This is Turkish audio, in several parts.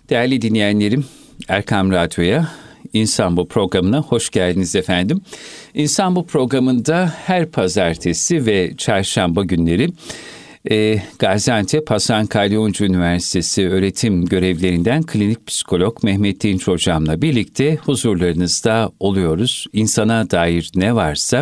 Değerli dinleyenlerim, Erkam Radyo'ya, İnsan Bu programına hoş geldiniz efendim. İnsan Bu programında her pazartesi ve çarşamba günleri Gaziantep Hasan Kalyoncu Üniversitesi öğretim görevlerinden klinik psikolog Mehmet Dinç hocamla birlikte huzurlarınızda oluyoruz. İnsana dair ne varsa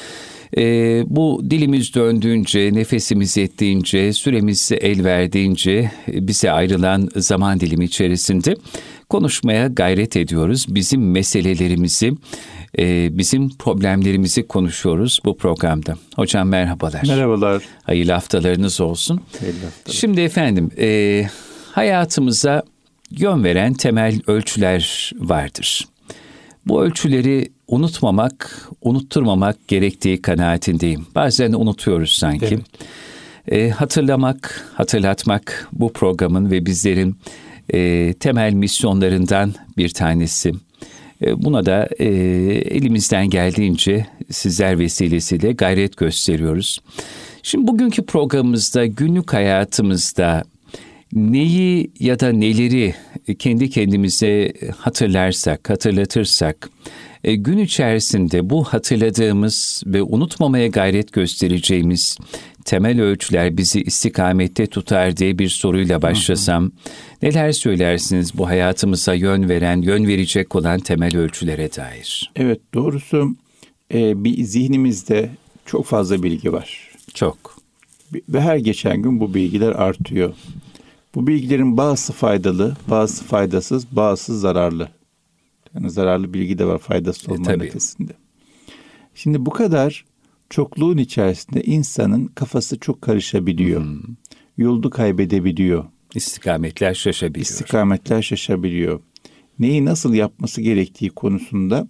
bu dilimiz döndüğünce, nefesimiz yettiğince, süremiz el verdiğince bize ayrılan zaman dilimi içerisinde konuşmaya gayret ediyoruz. Bizim meselelerimizi, bizim problemlerimizi konuşuyoruz bu programda. Hocam merhabalar. Merhabalar. Hayırlı haftalarınız olsun. Hayırlı haftalar. Şimdi efendim, hayatımıza yön veren temel ölçüler vardır. Bu ölçüleri unutmamak, unutturmamak gerektiği kanaatindeyim. Bazen unutuyoruz sanki. Evet. Hatırlamak, hatırlatmak bu programın ve bizlerin temel misyonlarından bir tanesi. Buna da elimizden geldiğince sizler vesilesiyle gayret gösteriyoruz. Şimdi bugünkü programımızda günlük hayatımızda neyi ya da neleri kendi kendimize hatırlatırsak, gün içerisinde bu hatırladığımız ve unutmamaya gayret göstereceğimiz temel ölçüler bizi istikamette tutar diye bir soruyla başlasam, neler söylersiniz bu hayatımıza yön verecek olan temel ölçülere dair? Evet, doğrusu bir zihnimizde çok fazla bilgi var. Çok. Ve her geçen gün bu bilgiler artıyor. Bu bilgilerin bazısı faydalı, bazısı faydasız, bazısı zararlı. Yani zararlı bilgi de var, faydası olmanın ötesinde. Şimdi bu kadar çokluğun içerisinde insanın kafası çok karışabiliyor. Yolunu kaybedebiliyor. İstikametler şaşabiliyor. Neyi nasıl yapması gerektiği konusunda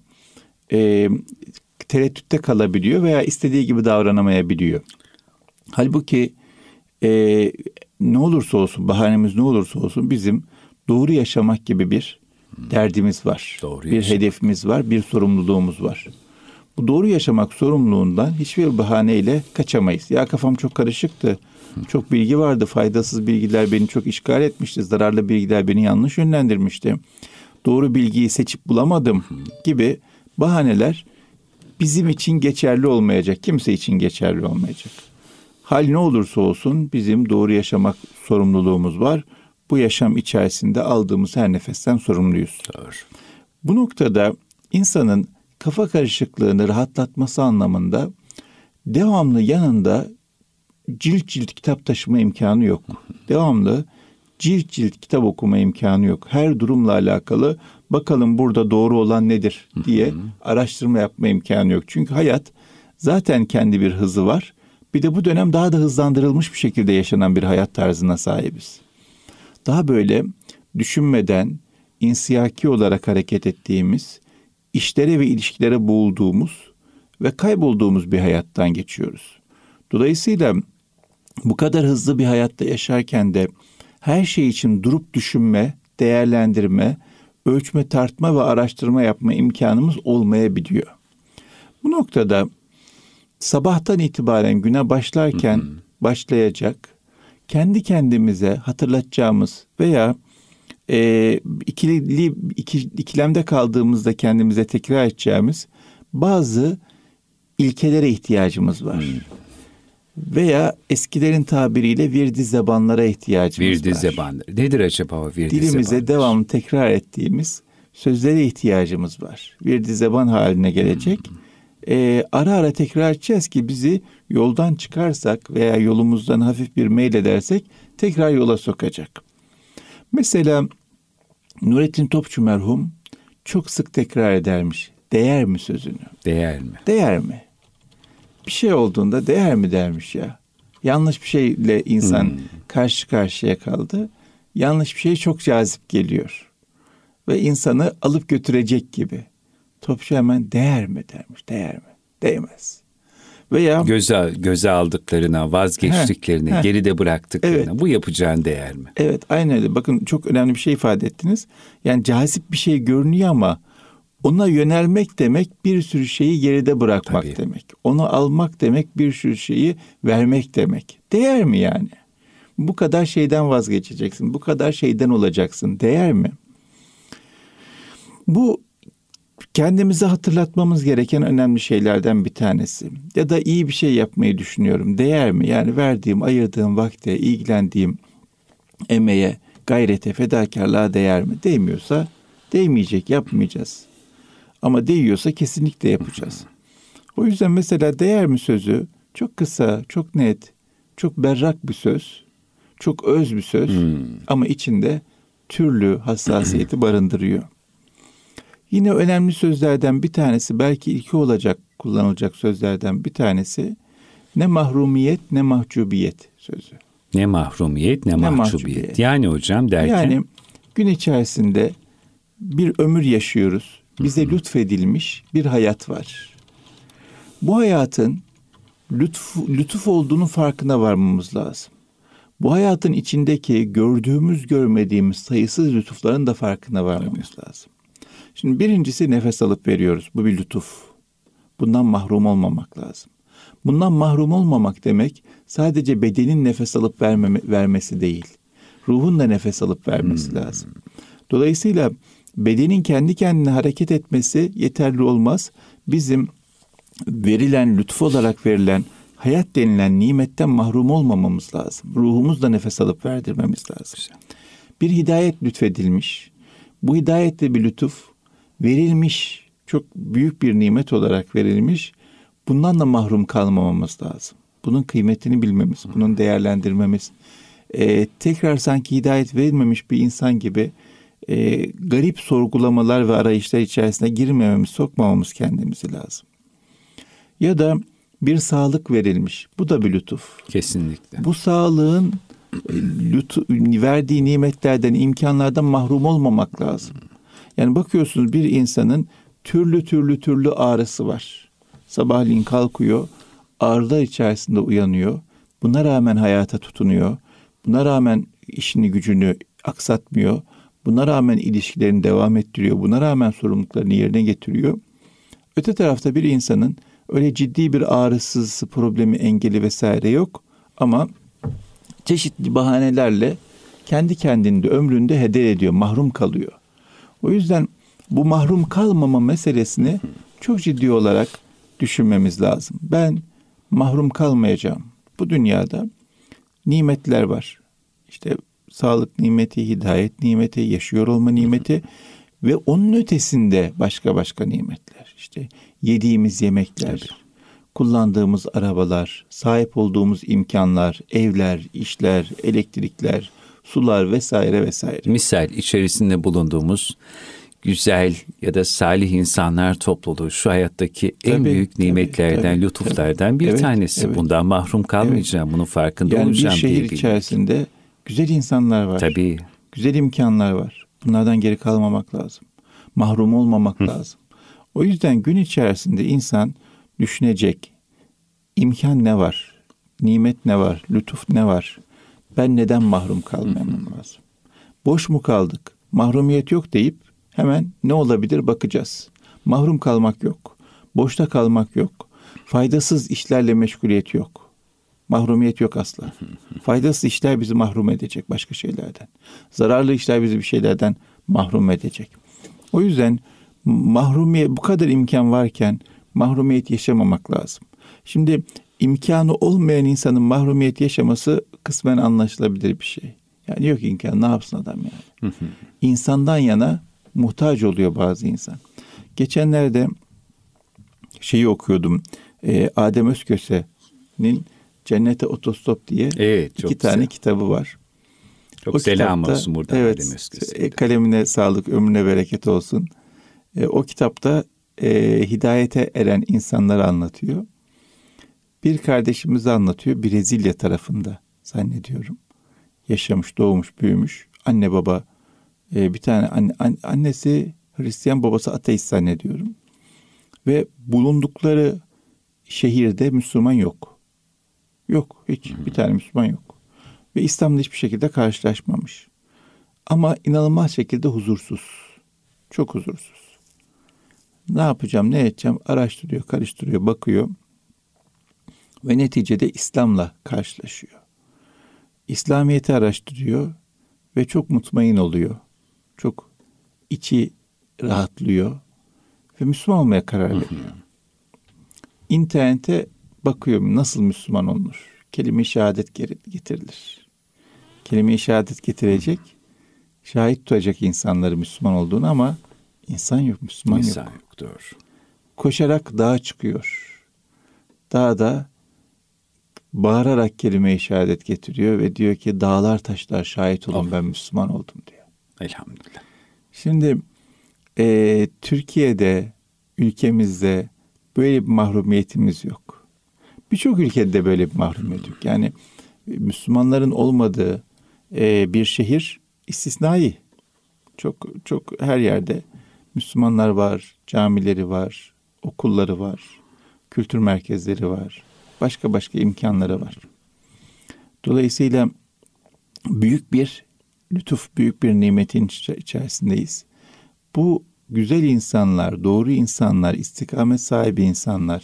tereddütte kalabiliyor veya istediği gibi davranamayabiliyor. Halbuki ne olursa olsun, bahanemiz ne olursa olsun bizim doğru yaşamak gibi bir derdimiz var. Hedefimiz var, bir sorumluluğumuz var. Bu doğru yaşamak sorumluluğundan hiçbir bahaneyle kaçamayız. Ya kafam çok karışıktı, çok bilgi vardı, faydasız bilgiler beni çok işgal etmişti, zararlı bilgiler beni yanlış yönlendirmişti. Doğru bilgiyi seçip bulamadım gibi bahaneler bizim için geçerli olmayacak, kimse için geçerli olmayacak. Hal ne olursa olsun bizim doğru yaşamak sorumluluğumuz var. Bu yaşam içerisinde aldığımız her nefesten sorumluyuz. Doğru. Bu noktada insanın kafa karışıklığını rahatlatması anlamında devamlı yanında cilt cilt kitap taşıma imkanı yok. Devamlı cilt cilt kitap okuma imkanı yok. Her durumla alakalı bakalım burada doğru olan nedir diye araştırma yapma imkanı yok. Çünkü hayat zaten kendi bir hızı var. Bir de bu dönem daha da hızlandırılmış bir şekilde yaşanan bir hayat tarzına sahibiz. Daha böyle düşünmeden, insiyaki olarak hareket ettiğimiz, işlere ve ilişkilere boğulduğumuz ve kaybolduğumuz bir hayattan geçiyoruz. Dolayısıyla bu kadar hızlı bir hayatta yaşarken de her şey için durup düşünme, değerlendirme, ölçme, tartma ve araştırma yapma imkanımız olmayabiliyor. Bu noktada sabahtan itibaren güne başlarken başlayacak, kendi kendimize hatırlatacağımız veya ikilemde kaldığımızda kendimize tekrar edeceğimiz bazı ilkelere ihtiyacımız var. Veya eskilerin tabiriyle virdi zebanlara ihtiyacımız var. Virdi zebanları. Nedir acaba o virdi Dilimize zebanlar? devamlı tekrar ettiğimiz sözlere ihtiyacımız var. Virdi zeban haline gelecek. Ara ara tekrar edeceğiz ki bizi yoldan çıkarsak veya yolumuzdan hafif bir meyledersek tekrar yola sokacak. Mesela Nurettin Topçu merhum çok sık tekrar edermiş. Değer mi sözünü? Değer mi? Değer mi? Bir şey olduğunda değer mi dermiş ya. Yanlış bir şeyle insan karşı karşıya kaldı. Yanlış bir şey çok cazip geliyor. Ve insanı alıp götürecek gibi. Topçu hemen değer mi dermiş. Değer mi? Değmez. Veya göze aldıklarına, vazgeçtiklerine, geride bıraktıklarına, evet, bu yapacağın değer mi? Evet, aynen öyle. Bakın çok önemli bir şey ifade ettiniz. Yani cazip bir şey görünüyor ama ona yönelmek demek bir sürü şeyi geride bırakmak demek. Onu almak demek bir sürü şeyi vermek demek. Değer mi yani? Bu kadar şeyden vazgeçeceksin. Bu kadar şeyden olacaksın. Değer mi? Bu kendimize hatırlatmamız gereken önemli şeylerden bir tanesi. Ya da iyi bir şey yapmayı düşünüyorum. Değer mi? Yani verdiğim, ayırdığım vakte, ilgilendiğim emeğe, gayrete, fedakarlığa değer mi? Değmiyorsa değmeyecek, yapmayacağız. Ama değiyorsa kesinlikle yapacağız. O yüzden mesela değer mi sözü çok kısa, çok net, çok berrak bir söz, çok öz bir söz ama içinde türlü hassasiyeti barındırıyor. Yine önemli sözlerden bir tanesi, belki ilki olacak kullanılacak sözlerden bir tanesi, ne mahrumiyet ne mahcubiyet sözü. Ne mahrumiyet ne mahcubiyet. Yani hocam derken? Yani gün içerisinde bir ömür yaşıyoruz. Bize lütfedilmiş bir hayat var. Bu hayatın lütuf olduğunun farkına varmamız lazım. Bu hayatın içindeki gördüğümüz görmediğimiz sayısız lütufların da farkına varmamız lazım. Şimdi birincisi nefes alıp veriyoruz. Bu bir lütuf. Bundan mahrum olmamak lazım. Bundan mahrum olmamak demek sadece bedenin nefes alıp vermesi değil. Ruhun da nefes alıp vermesi lazım. Dolayısıyla bedenin kendi kendine hareket etmesi yeterli olmaz. Bizim verilen, lütuf olarak verilen hayat denilen nimetten mahrum olmamamız lazım. Ruhumuz da nefes alıp verdirmemiz lazım. Bir hidayet lütfedilmiş. Bu hidayet de bir lütuf. Verilmiş, çok büyük bir nimet olarak verilmiş. Bundan da mahrum kalmamamız lazım. Bunun kıymetini bilmemiz, bunun değerlendirmemiz. Tekrar sanki hidayet verilmemiş bir insan gibi garip sorgulamalar ve arayışlar içerisine girmememiz, sokmamamız kendimizi lazım. Ya da bir sağlık verilmiş. Bu da bir lütuf. Kesinlikle. Bu sağlığın verdiği nimetlerden, imkanlardan mahrum olmamak lazım. Yani bakıyorsunuz bir insanın türlü ağrısı var. Sabahleyin kalkıyor, ağrılar içerisinde uyanıyor. Buna rağmen hayata tutunuyor. Buna rağmen işini gücünü aksatmıyor. Buna rağmen ilişkilerini devam ettiriyor. Buna rağmen sorumluluklarını yerine getiriyor. Öte tarafta bir insanın öyle ciddi bir ağrısız problemi, engeli vesaire yok. Ama çeşitli bahanelerle kendi kendinde ömründe heder ediyor, mahrum kalıyor. O yüzden bu mahrum kalmama meselesini çok ciddi olarak düşünmemiz lazım. Ben mahrum kalmayacağım. Bu dünyada nimetler var. İşte sağlık nimeti, hidayet nimeti, yaşıyor olma nimeti ve onun ötesinde başka nimetler. İşte yediğimiz yemekler, kullandığımız arabalar, sahip olduğumuz imkanlar, evler, işler, elektrikler, sular vesaire vesaire. Misal içerisinde bulunduğumuz güzel ya da salih insanlar topluluğu şu hayattaki en büyük nimetlerden, lütuflardan bir tanesi. Bundan mahrum kalmayacağım, bunun farkında olacağım diye. Yani bir şehir içerisinde güzel insanlar var. Tabii. Güzel imkanlar var. Bunlardan geri kalmamak lazım. Mahrum olmamak lazım. O yüzden gün içerisinde insan düşünecek. İmkan ne var? Nimet ne var? Lütuf ne var? Ben neden mahrum kalmamam lazım? Boş mu kaldık? Mahrumiyet yok deyip hemen ne olabilir bakacağız. Mahrum kalmak yok. Boşta kalmak yok. Faydasız işlerle meşguliyet yok. Mahrumiyet yok asla. Faydasız işler bizi mahrum edecek başka şeylerden. Zararlı işler bizi bir şeylerden mahrum edecek. O yüzden mahrumiyet, bu kadar imkan varken mahrumiyet yaşamamak lazım. Şimdi imkanı olmayan insanın mahrumiyet yaşaması kısmen anlaşılabilir bir şey. Yani yok imkan, ne yapsın adam yani. İnsandan yana muhtaç oluyor bazı insan. Geçenlerde şeyi okuyordum. Adem Özköse'nin Cennete Otostop diye iki tane kitabı var. Çok selam olsun buradan Adem Özköse. Kalemine sağlık, ömrüne bereket olsun. O kitapta hidayete eren insanları anlatıyor. Bir kardeşimizi anlatıyor. Brezilya tarafında zannediyorum. Yaşamış, doğmuş, büyümüş. Anne baba, bir tane annesi Hristiyan, babası ateist zannediyorum. Ve bulundukları şehirde Müslüman yok. Yok, hiç bir tane Müslüman yok. Ve İslam'la hiçbir şekilde karşılaşmamış. Ama inanılmaz şekilde huzursuz. Çok huzursuz. Ne yapacağım, ne edeceğim araştırıyor, karıştırıyor, bakıyor. Ve neticede İslam'la karşılaşıyor. İslamiyet'i araştırıyor ve çok mutmain oluyor. Çok içi rahatlıyor ve Müslüman olmaya karar veriyor. İnternete bakıyor nasıl Müslüman olunur. Kelime-i şehadet getirilir. Kelime-i şehadet getirecek, şahit tutacak insanları Müslüman olduğunu ama insan yok, Müslüman İnsan yok. yok, doğru. Koşarak dağa çıkıyor. Dağda bağırarak kelime-i şehadet getiriyor ve diyor ki dağlar taşlar şahit olun ben Müslüman oldum diyor. Elhamdülillah. Şimdi Türkiye'de, ülkemizde böyle bir mahrumiyetimiz yok. Birçok ülkede böyle bir mahrumiyet yok. Yani Müslümanların olmadığı bir şehir istisnai. Çok çok her yerde Müslümanlar var, camileri var, okulları var, kültür merkezleri var, başka imkanları var. Dolayısıyla büyük bir lütuf, büyük bir nimetin içerisindeyiz. Bu güzel insanlar, doğru insanlar, istikamet sahibi insanlar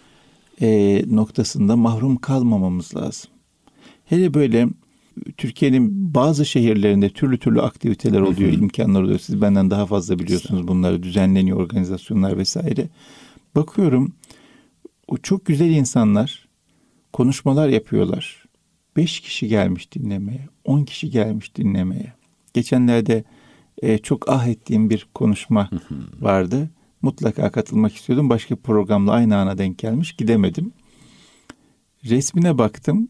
noktasında mahrum kalmamamız lazım. Hele böyle Türkiye'nin bazı şehirlerinde türlü aktiviteler oluyor, imkanlar oluyor. Siz benden daha fazla biliyorsunuz bunları. Düzenleniyor organizasyonlar vesaire. Bakıyorum o çok güzel insanlar konuşmalar yapıyorlar. 5 kişi gelmiş dinlemeye, 10 kişi gelmiş dinlemeye. Geçenlerde çok ettiğim bir konuşma vardı. Mutlaka katılmak istiyordum. Başka programla aynı ana denk gelmiş. Gidemedim. Resmine baktım.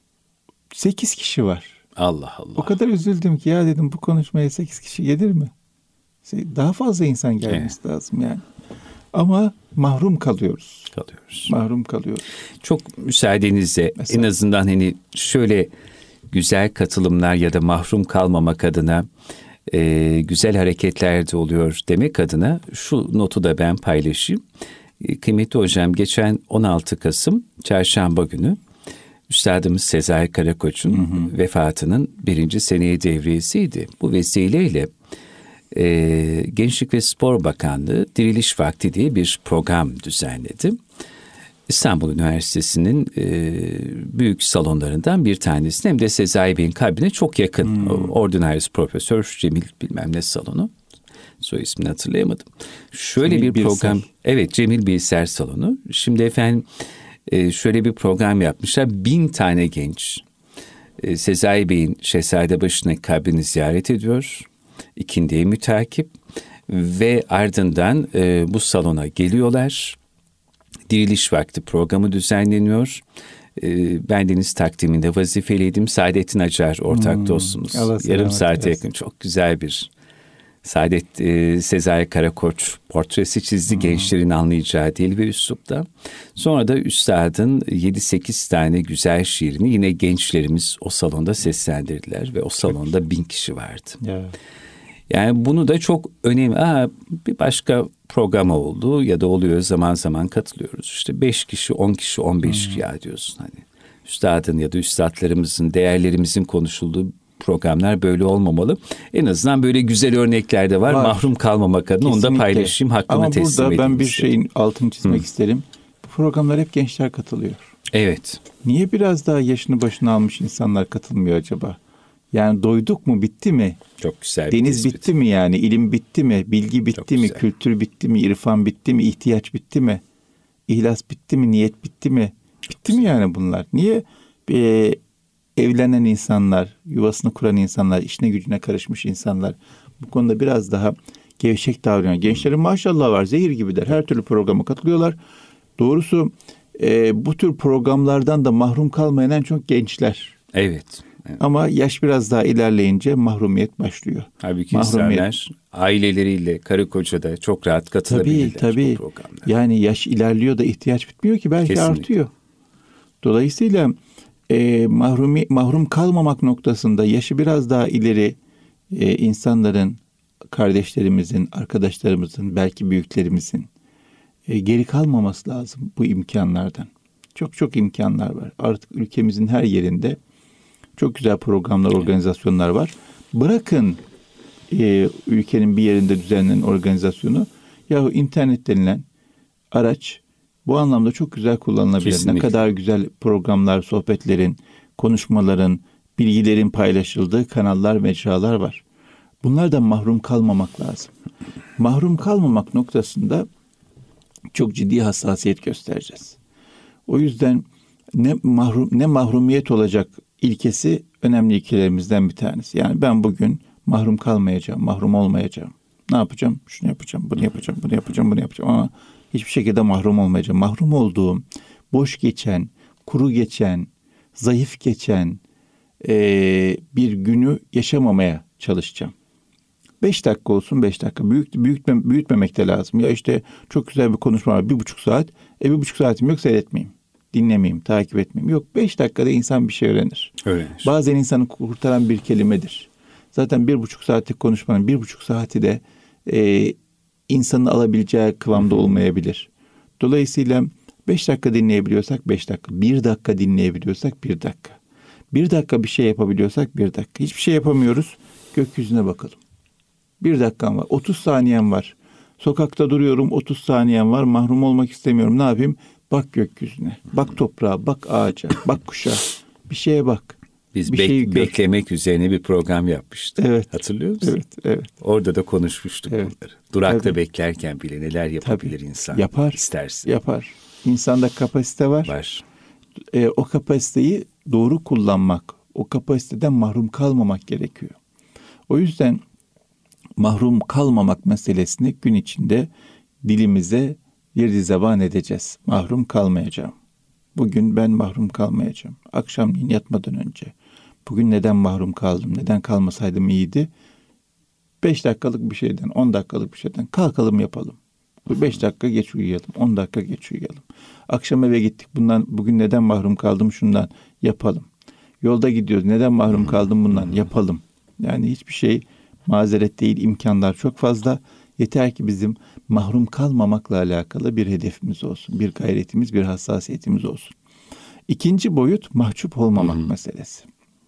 8 kişi var. Allah Allah. O kadar üzüldüm ki ya dedim bu konuşmaya 8 kişi gelir mi? Daha fazla insan gelmesi lazım yani. Ama mahrum kalıyoruz. Mahrum kalıyoruz. Çok müsaadenizle en azından hani şöyle güzel katılımlar ya da mahrum kalmamak adına güzel hareketler de oluyor demek adına şu notu da ben paylaşayım. Kıymetli hocam geçen 16 Kasım Çarşamba günü Üstadımız Sezai Karakoç'un vefatının 1. seneyi devriyesiydi. Bu vesileyle Gençlik ve Spor Bakanlığı Diriliş Vakti diye bir program düzenledi. İstanbul Üniversitesi'nin büyük salonlarından bir tanesi. Hem de Sezai Bey'in kabrine çok yakın. Ordinaris Profesör Cemil bilmem ne salonu. Soy ismini hatırlayamadım. Şöyle Cemil bir program. Bilser. Evet, Cemil Bilser salonu. Şimdi efendim şöyle bir program yapmışlar. 1000 tane genç Sezai Bey'in Şehzadebaşı'nın kabrini ziyaret ediyor. İkindiye mütakip ve ardından bu salona geliyorlar. Diriliş Vakti programı düzenleniyor. Bendeniz takdiminde vazifeliydim. Saadettin Acar ortak dostumuz. Yarım saate yakın çok güzel bir Sezai Karakoç portresi çizdi. Gençlerin anlayacağı dil ve üslupta. Sonra da üstadın 7-8 tane güzel şiirini yine gençlerimiz o salonda seslendirdiler ve o salonda 1000 kişi vardı. Yeah. Yani bunu da çok önemli. Bir başka program oldu ya da oluyor, zaman zaman katılıyoruz. İşte 5 kişi, 10 kişi, 15 kişi ya diyorsun. Hani üstadın ya da üstadlarımızın, değerlerimizin konuşulduğu programlar böyle olmamalı. En azından böyle güzel örnekler de var. Mahrum kalmamak adına onu da paylaşayım. Hakkını teslim edeyim. Ama burada ben bir şeyin altını çizmek isterim. Bu programlar hep gençler katılıyor. Evet. Niye biraz daha yaşını başına almış insanlar katılmıyor acaba? Yani doyduk mu, bitti mi? Çok güzel. Deniz bitti mi yani? İlim bitti mi? Bilgi bitti mi? Kültür bitti mi? İrfan bitti mi? İhtiyaç bitti mi? İhlas bitti mi? Niyet bitti mi? Bitti mi yani bunlar? Niye evlenen insanlar, yuvasını kuran insanlar, işine gücüne karışmış insanlar bu konuda biraz daha gevşek davranıyor? Gençlerin maşallah var, zehir gibiler. Her türlü programa katılıyorlar. Doğrusu bu tür programlardan da mahrum kalmayan en çok gençler. Evet. Ama yaş biraz daha ilerleyince mahrumiyet başlıyor. Halbuki insanlar aileleriyle, karı koca da çok rahat katılabilirler. Tabii. Bu programlara. Yani yaş ilerliyor da ihtiyaç bitmiyor ki, belki kesinlikle artıyor. Dolayısıyla mahrum kalmamak noktasında yaşı biraz daha ileri insanların, kardeşlerimizin, arkadaşlarımızın, belki büyüklerimizin geri kalmaması lazım bu imkanlardan. Çok imkanlar var. Artık ülkemizin her yerinde çok güzel programlar, organizasyonlar var. Bırakın ülkenin bir yerinde düzenlenen organizasyonu, yahu internet denilen araç bu anlamda çok güzel kullanılabilir. Kesinlikle. Ne kadar güzel programlar, sohbetlerin, konuşmaların, bilgilerin paylaşıldığı kanallar, mecralar var. Bunlardan mahrum kalmamak lazım. Mahrum kalmamak noktasında çok ciddi hassasiyet göstereceğiz. O yüzden ne mahrumiyet olacak ilkesi önemli ilkelerimizden bir tanesi. Yani ben bugün mahrum kalmayacağım, mahrum olmayacağım. Ne yapacağım? Şunu yapacağım, bunu yapacağım, bunu yapacağım, bunu yapacağım ama hiçbir şekilde mahrum olmayacağım. Mahrum olduğum, boş geçen, kuru geçen, zayıf geçen bir günü yaşamamaya çalışacağım. 5 dakika olsun 5 dakika. Büyütmemek de lazım. Ya işte çok güzel bir konuşma var. 1,5 saat. 1,5 saatim yok, seyretmeyeyim. Dinlemeyeyim, takip etmeyeyim. Yok, 5 dakikada insan bir şey öğrenir. Öğrenir. Bazen insanı kurtaran bir kelimedir. Zaten 1,5 saatlik konuşmanın 1,5 saati de insanın alabileceği kıvamda olmayabilir. Dolayısıyla 5 dakika dinleyebiliyorsak 5 dakika. 1 dakika dinleyebiliyorsak 1 dakika. 1 dakika bir şey yapabiliyorsak 1 dakika. Hiçbir şey yapamıyoruz. Gökyüzüne bakalım. 1 dakikam var. 30 saniyem var. Sokakta duruyorum. 30 saniyem var. Mahrum olmak istemiyorum. Ne yapayım? Bak gökyüzüne. Bak toprağa. Bak ağaca. Bak kuşa. Bir şeye bak. Biz beklemek üzerine bir program yapmıştık. Evet. Hatırlıyor musun? Evet. Orada da konuşmuştuk bunları. Durakta Tabii. beklerken bile neler yapabilir insan? Yapar. İsterse. Yapar. İnsanda kapasite var. Var. O kapasiteyi doğru kullanmak, o kapasiteden mahrum kalmamak gerekiyor. O yüzden mahrum kalmamak meselesini gün içinde dilimize yedi zeban edeceğiz. Mahrum kalmayacağım. Bugün ben mahrum kalmayacağım. Akşamleyin yatmadan önce. Bugün neden mahrum kaldım? Neden kalmasaydım iyiydi? 5 dakikalık bir şeyden, 10 dakikalık bir şeyden kalkalım yapalım. 5 dakika geç uyuyalım, 10 dakika geç uyuyalım. Akşam eve gittik. Bugün neden mahrum kaldım? Şundan yapalım. Yolda gidiyoruz. Neden mahrum kaldım? Bundan yapalım. Yani hiçbir şey mazeret değil, imkanlar çok fazla. Yeter ki bizim mahrum kalmamakla alakalı bir hedefimiz olsun. Bir gayretimiz, bir hassasiyetimiz olsun. İkinci boyut mahcup olmamak meselesi.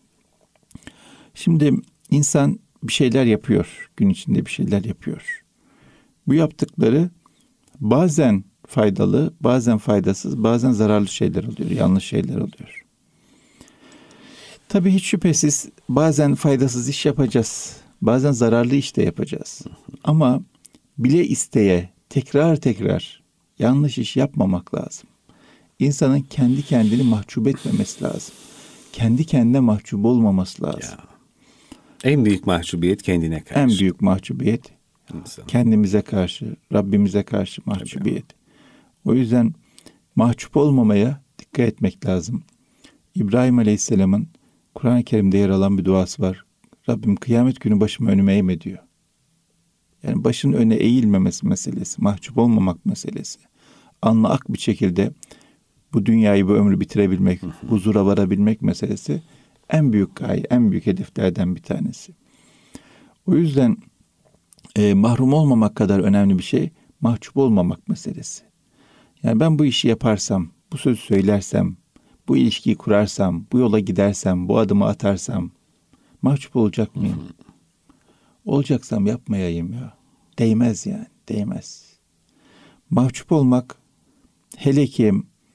Şimdi insan bir şeyler yapıyor. Gün içinde bir şeyler yapıyor. Bu yaptıkları bazen faydalı, bazen faydasız, bazen zararlı şeyler oluyor. Yanlış şeyler oluyor. Tabii hiç şüphesiz bazen faydasız iş yapacağız. Bazen zararlı iş de yapacağız. Ama bile isteye tekrar yanlış iş yapmamak lazım. İnsanın kendi kendini mahcup etmemesi lazım. Kendi kendine mahcup olmaması lazım. Ya. En büyük mahcubiyet kendine karşı. En büyük mahcubiyet kendimize karşı, Rabbimize karşı mahcubiyet. O yüzden mahcup olmamaya dikkat etmek lazım. İbrahim Aleyhisselam'ın Kur'an-ı Kerim'de yer alan bir duası var. Rabbim kıyamet günü başımı önüme eğme diyor. Yani başın öne eğilmemesi meselesi, mahcup olmamak meselesi. Anla ak bir şekilde bu dünyayı, bu ömrü bitirebilmek, huzura varabilmek meselesi en büyük gaye, en büyük hedeflerden bir tanesi. O yüzden mahrum olmamak kadar önemli bir şey mahcup olmamak meselesi. Yani ben bu işi yaparsam, bu sözü söylersem, bu ilişkiyi kurarsam, bu yola gidersem, bu adımı atarsam mahcup olacak mıyım? Olacaksam yapmayayım ya. Değmez yani, değmez. Mahcup olmak, hele ki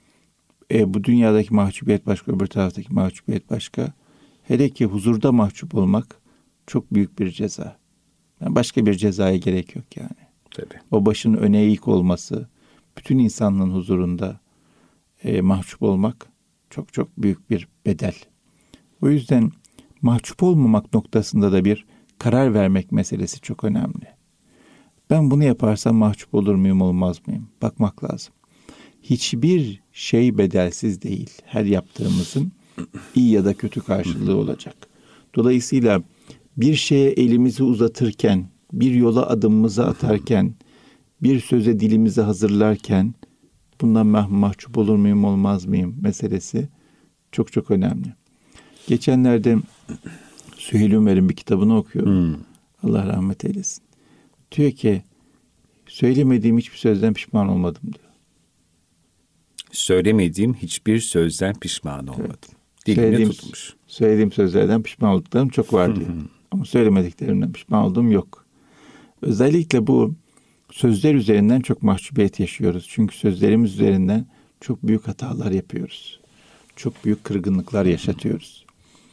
bu dünyadaki mahcubiyet başka, öbür taraftaki mahcubiyet başka. Hele ki huzurda mahcup olmak çok büyük bir ceza. Yani başka bir cezaya gerek yok yani. Tabii. O başın öne eğik olması, bütün insanlığın huzurunda mahcup olmak çok büyük bir bedel. O yüzden mahcup olmamak noktasında da bir karar vermek meselesi çok önemli. Ben bunu yaparsam mahcup olur muyum, olmaz mıyım? Bakmak lazım. Hiçbir şey bedelsiz değil. Her yaptığımızın iyi ya da kötü karşılığı olacak. Dolayısıyla bir şeye elimizi uzatırken, bir yola adımımızı atarken, bir söze dilimizi hazırlarken bundan mahcup olur muyum, olmaz mıyım meselesi çok önemli. Geçenlerde Süheyl Ömer'in bir kitabını okuyorum. Allah rahmet eylesin. Diyor ki söylemediğim hiçbir sözden pişman olmadım diyor. Söylemediğim hiçbir sözden pişman olmadım. Evet. Dilini tutmuş. Söylediğim sözlerden pişman olduklarım çok var diyor. Ama söylemediklerimden pişman olduğum yok. Özellikle bu sözler üzerinden çok mahcubiyet yaşıyoruz. Çünkü sözlerimiz üzerinden çok büyük hatalar yapıyoruz. Çok büyük kırgınlıklar yaşatıyoruz.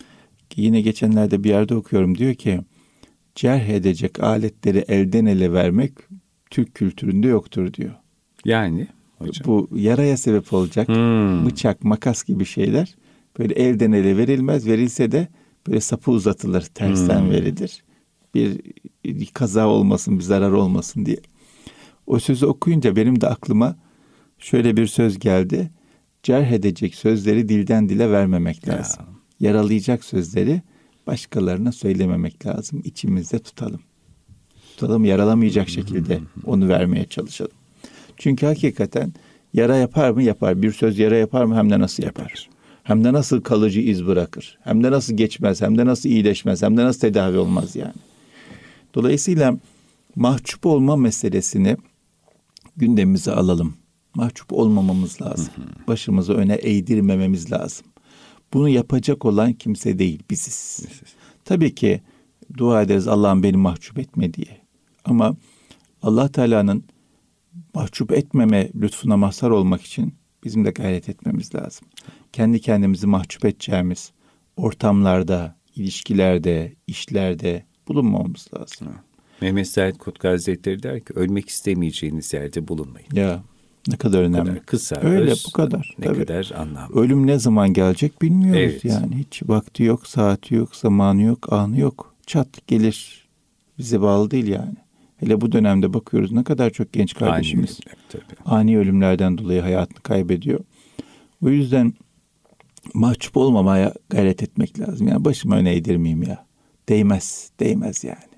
Yine geçenlerde bir yerde okuyorum, diyor ki cerh edecek aletleri elden ele vermek Türk kültüründe yoktur diyor. Yani hocam. Bu yaraya sebep olacak bıçak, makas gibi şeyler böyle elden ele verilmez. Verilse de böyle sapı uzatılır, tersten verilir. Bir kaza olmasın, bir zarar olmasın diye. O sözü okuyunca benim de aklıma şöyle bir söz geldi. Cerh edecek sözleri dilden dile vermemek lazım. Yaralayacak sözleri başkalarına söylememek lazım. İçimizde tutalım. Tutalım, yaralamayacak şekilde onu vermeye çalışalım. Çünkü hakikaten yara yapar mı? Yapar. Bir söz yara yapar mı? Hem de nasıl yapar? Hem de nasıl kalıcı iz bırakır? Hem de nasıl geçmez? Hem de nasıl iyileşmez? Hem de nasıl tedavi olmaz yani? Dolayısıyla mahcup olma meselesini gündemimize alalım. Mahcup olmamamız lazım. Başımızı öne eğdirmememiz lazım. Bunu yapacak olan kimse değil, biziz. Tabii ki dua ederiz, Allah'ım beni mahcup etme diye. Ama Allah Teala'nın mahcup etmeme lütfuna mazhar olmak için bizim de gayret etmemiz lazım. Kendi kendimizi mahcup edeceğimiz ortamlarda, ilişkilerde, işlerde bulunmamamız lazım. Mehmet Said Kutku Hazretleri der ki ölmek istemeyeceğiniz yerde bulunmayın. Ya ne kadar önemli. Bu kadar kısa, öyle bu kadar. Ne tabii. kadar anlamlı. Ölüm ne zaman gelecek bilmiyoruz Evet. yani. Hiç vakti yok, saati yok, zamanı yok, anı yok. Çat gelir. Bize bağlı değil yani. Hele bu dönemde bakıyoruz ne kadar çok genç kardeşimiz ani ölümlerden dolayı hayatını kaybediyor. O yüzden mahcup olmamaya gayret etmek lazım. Yani başımı öne eğdirmeyeyim ya. Değmez yani.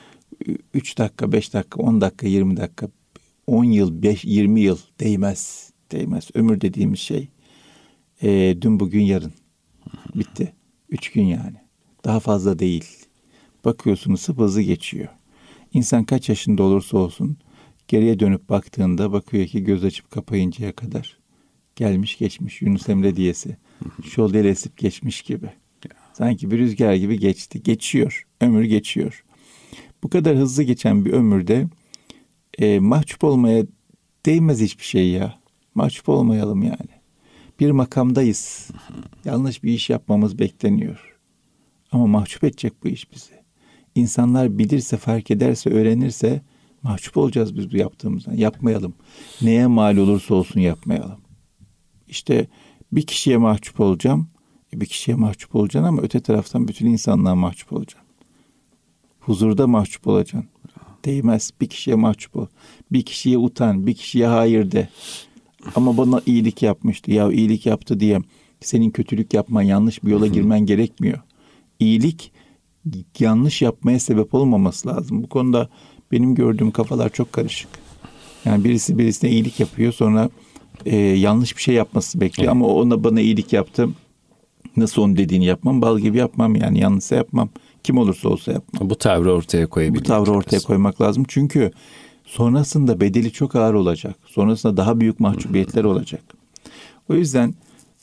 3 dakika, 5 dakika, 10 dakika, 20 dakika, 10 yıl, 20 yıl değmez. Ömür dediğimiz şey dün, bugün, yarın. Bitti. 3 gün yani. Daha fazla değil. Bakıyorsunuz hızlı geçiyor. İnsan kaç yaşında olursa olsun geriye dönüp baktığında bakıyor ki göz açıp kapayıncaya kadar gelmiş geçmiş. Yunus Emre diyesi. Şol el esip geçmiş gibi. Sanki bir rüzgar gibi geçti. Geçiyor. Ömür geçiyor. Bu kadar hızlı geçen bir ömürde mahcup olmaya değmez hiçbir şey ya. Mahcup olmayalım yani. Bir makamdayız. Yanlış bir iş yapmamız bekleniyor. Ama mahcup edecek bu iş bizi. İnsanlar bilirse, fark ederse, öğrenirse mahcup olacağız biz bu yaptığımızdan. Yapmayalım. Neye mal olursa olsun yapmayalım. İşte bir kişiye mahcup olacağım. Bir kişiye mahcup olacaksın ama öte taraftan bütün insanlığa mahcup olacaksın. Huzurda mahcup olacaksın. Değmez. Bir kişiye mahcup ol. Bir kişiye utan. Bir kişiye hayır de. Ama bana iyilik yapmıştı. Ya iyilik yaptı diye senin kötülük yapman, yanlış bir yola girmen gerekmiyor. İyilik yanlış yapmaya sebep olmaması lazım. Bu konuda benim gördüğüm kafalar çok karışık. Yani birisi birisine iyilik yapıyor, sonra yanlış bir şey yapması bekliyor. Evet. Ama ona bana iyilik yaptı. Nasıl onun dediğini yapmam? Bal gibi yapmam yani. Yanlışsa yapmam. Kim olursa olsa yapmam. Bu tavrı ortaya koyabiliriz. Bu tavrı ortaya koymak lazım. Çünkü sonrasında bedeli çok ağır olacak. Sonrasında daha büyük mahcubiyetler olacak. O yüzden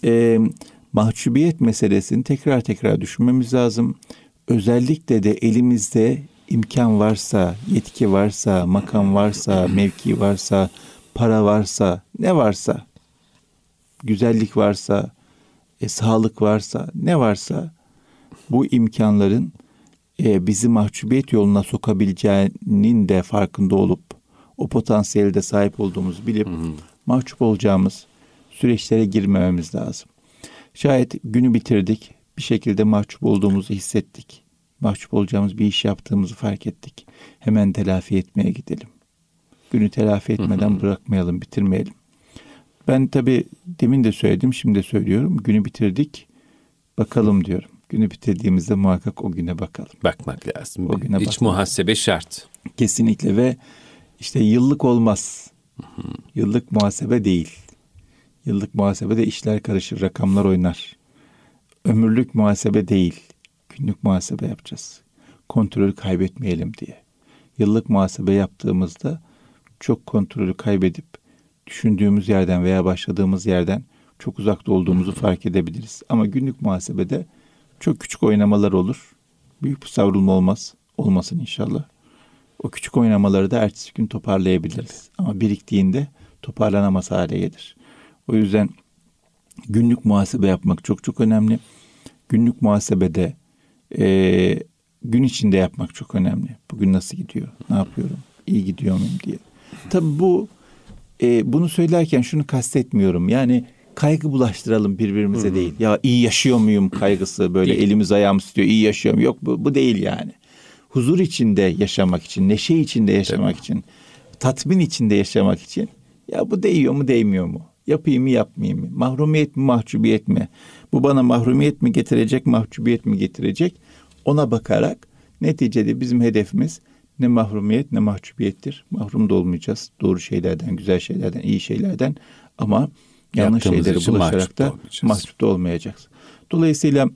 mahcubiyet meselesini tekrar düşünmemiz lazım. Özellikle de elimizde imkan varsa, yetki varsa, makam varsa, mevki varsa, para varsa, ne varsa, güzellik varsa, sağlık varsa, ne varsa bu imkanların bizi mahcubiyet yoluna sokabileceğinin de farkında olup o potansiyelde sahip olduğumuzu bilip mahcup olacağımız süreçlere girmememiz lazım. Şayet günü bitirdik, bir şekilde mahcup olduğumuzu hissettik. Mahcup olacağımız bir iş yaptığımızı fark ettik. Hemen telafi etmeye gidelim. Günü telafi etmeden bırakmayalım, bitirmeyelim. Ben tabii demin de söyledim, şimdi de söylüyorum. Günü bitirdik, bakalım diyorum. Günü bitirdiğimizde muhakkak o güne bakalım. Bakmak lazım. O güne İç muhasebe şart. Kesinlikle ve işte yıllık olmaz. Yıllık muhasebe değil. Yıllık muhasebede işler karışır, rakamlar oynar. Ömürlük muhasebe değil. Günlük muhasebe yapacağız. Kontrolü kaybetmeyelim diye. Yıllık muhasebe yaptığımızda çok kontrolü kaybedip düşündüğümüz yerden veya başladığımız yerden çok uzakta olduğumuzu fark edebiliriz. Ama günlük muhasebede çok küçük oynamalar olur. Büyük bir savrulma olmaz. Olmasın inşallah. O küçük oynamaları da ertesi gün toparlayabiliriz. Ama biriktiğinde toparlanamaz hale gelir. O yüzden günlük muhasebe yapmak çok önemli. Günlük muhasebede gün içinde yapmak çok önemli. Bugün nasıl gidiyor? Ne yapıyorum? İyi gidiyor muyum diye. Tabii bunu söylerken şunu kastetmiyorum. Yani kaygı bulaştıralım birbirimize değil. Ya iyi yaşıyor muyum kaygısı, böyle elimiz ayağımız tutuyor, iyi yaşıyor muyum? Yok, bu değil yani. Huzur içinde yaşamak için, neşe içinde yaşamak için, tatmin içinde yaşamak için, ya bu değiyor mu değmiyor mu? Yapayım mı yapmayayım mı? Mahrumiyet mi mahcubiyet mi? Bu bana mahrumiyet mi getirecek, mahcubiyet mi getirecek? Ona bakarak neticede bizim hedefimiz ne mahrumiyet ne mahcubiyettir. Mahrum da olmayacağız. Doğru şeylerden, güzel şeylerden, iyi şeylerden, ama yanlış şeylere bulaşarak da mahcup da olmayacağız. Dolayısıyla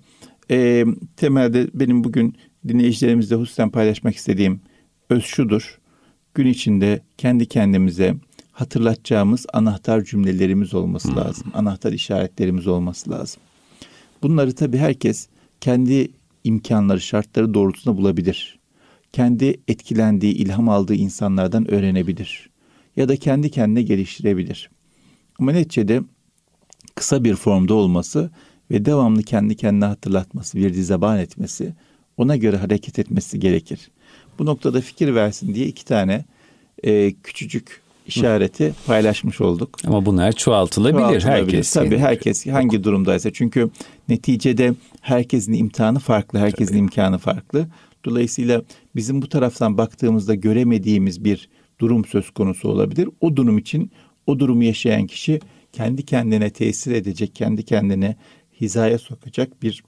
temelde benim bugün dinleyicilerimizle hususen paylaşmak istediğim öz şudur. Gün içinde kendi kendimize hatırlatacağımız anahtar cümlelerimiz olması lazım. Anahtar işaretlerimiz olması lazım. Bunları tabii herkes kendi imkanları, şartları doğrultusunda bulabilir. Kendi etkilendiği, ilham aldığı insanlardan öğrenebilir. Ya da kendi kendine geliştirebilir. Ama neticede kısa bir formda olması ve devamlı kendi kendine hatırlatması, virdizaban etmesi, ona göre hareket etmesi gerekir. Bu noktada fikir versin diye 2 tane küçücük işareti paylaşmış olduk. Ama bunlar çoğaltılabilir. Herkes. Tabii herkes hangi durumdaysa. Çünkü neticede herkesin imtihanı farklı, herkesin imkanı farklı. Dolayısıyla bizim bu taraftan baktığımızda göremediğimiz bir durum söz konusu olabilir. O durum için o durumu yaşayan kişi kendi kendine tesir edecek, kendi kendine hizaya sokacak bir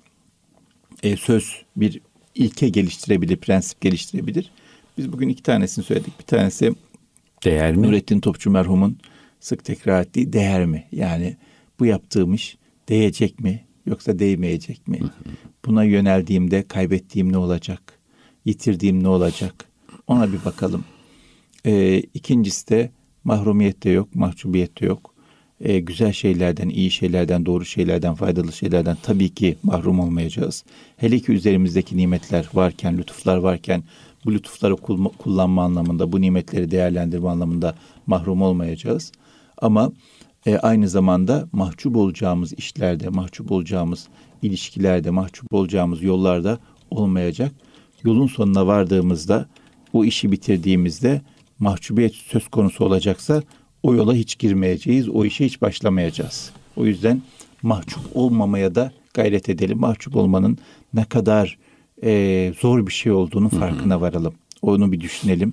söz, bir ilke geliştirebilir, prensip geliştirebilir. Biz bugün 2 tanesini söyledik. Bir tanesi değer mi? Nurettin Topçu merhumun sık tekrar ettiği değer mi? Yani bu yaptığım iş değecek mi yoksa değmeyecek mi? Buna yöneldiğimde kaybettiğim ne olacak? Yitirdiğim ne olacak? Ona bir bakalım. İkincisi de mahrumiyet de yok, mahcubiyet de yok. Güzel şeylerden, iyi şeylerden, doğru şeylerden, faydalı şeylerden tabii ki mahrum olmayacağız. Hele ki üzerimizdeki nimetler varken, lütuflar varken bu lütufları kullanma anlamında, bu nimetleri değerlendirme anlamında mahrum olmayacağız. Ama aynı zamanda mahcup olacağımız işlerde, mahcup olacağımız ilişkilerde, mahcup olacağımız yollarda olmayacak. Yolun sonuna vardığımızda, o işi bitirdiğimizde mahcubiyet söz konusu olacaksa o yola hiç girmeyeceğiz, o işe hiç başlamayacağız. O yüzden mahcup olmamaya da gayret edelim. Mahcup olmanın ne kadar zor bir şey olduğunu farkına varalım. Onu bir düşünelim.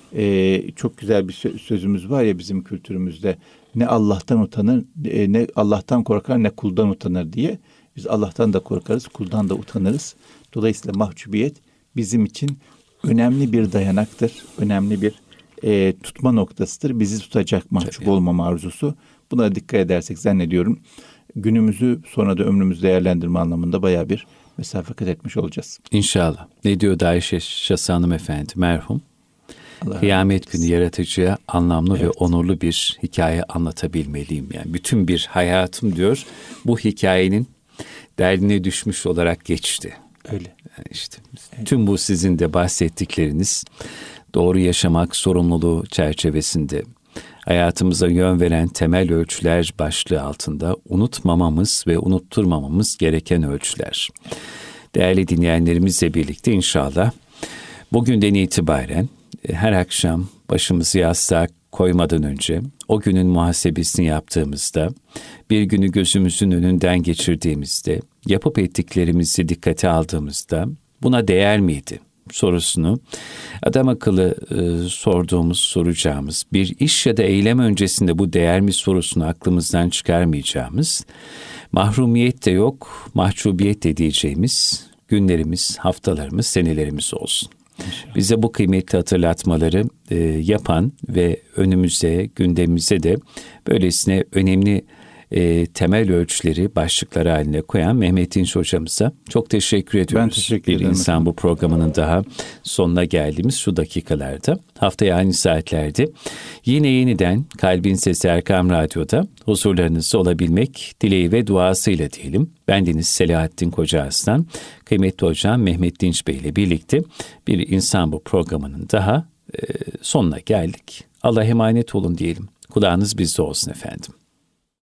Çok güzel bir sözümüz var ya bizim kültürümüzde. Ne Allah'tan utanır, ne Allah'tan korkar, ne kuldan utanır diye. Biz Allah'tan da korkarız, kuldan da utanırız. Dolayısıyla mahcubiyet bizim için önemli bir dayanaktır. Önemli bir tutma noktasıdır. Bizi tutacak mahcup olmama arzusu. Buna dikkat edersek zannediyorum günümüzü sonra da ömrümüzü değerlendirme anlamında bayağı bir mesafe kat etmiş olacağız. İnşallah. Ne diyor Ayşe Şasa Hanımefendi merhum? Kıyamet günü yaratıcıya anlamlı ve onurlu bir hikaye anlatabilmeliyim. Yani bütün bir hayatım diyor bu hikayenin derdine düşmüş olarak geçti. Öyle. Yani işte tüm bu sizin de bahsettikleriniz doğru yaşamak sorumluluğu çerçevesinde hayatımıza yön veren temel ölçüler başlığı altında unutmamamız ve unutturmamamız gereken ölçüler. Değerli dinleyenlerimizle birlikte inşallah bugünden itibaren her akşam başımızı yastığa koymadan önce o günün muhasebesini yaptığımızda, bir günü gözümüzün önünden geçirdiğimizde, yapıp ettiklerimizi dikkate aldığımızda buna değer miydi sorusunu adam akıllı soracağımız, bir iş ya da eylem öncesinde bu değer mi sorusunu aklımızdan çıkarmayacağımız, mahrumiyet de yok, mahcubiyet de diyeceğimiz günlerimiz, haftalarımız, senelerimiz olsun. Bize bu kıymetli hatırlatmaları yapan ve önümüze, gündemimize de böylesine önemli temel ölçüleri başlıkları haline koyan Mehmet Dinç hocamıza çok teşekkür ediyoruz. Ben teşekkür ederim. Bir insan bu programının daha sonuna geldiğimiz şu dakikalarda. Haftaya aynı saatlerde yine yeniden Kalbin Sesi Erkam Radyo'da huzurlarınızda olabilmek dileği ve duasıyla diyelim. Bendeniz Selahattin Koca Aslan, kıymetli hocam Mehmet Dinç Bey ile birlikte bir insan bu programının daha sonuna geldik. Allah'a emanet olun diyelim. Kulağınız bizde olsun efendim.